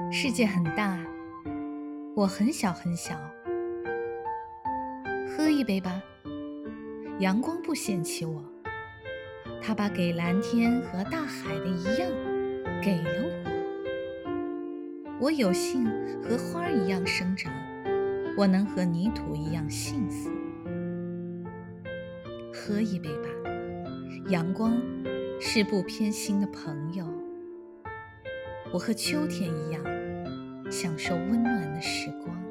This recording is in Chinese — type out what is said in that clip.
世界很大，我很小很小。喝一杯吧，阳光不嫌弃我，它把给蓝天和大海的一样给了我。我有幸和花儿一样生长，我能和泥土一样幸福。喝一杯吧，阳光是不偏心的朋友。我和秋天一样，享受温暖的时光。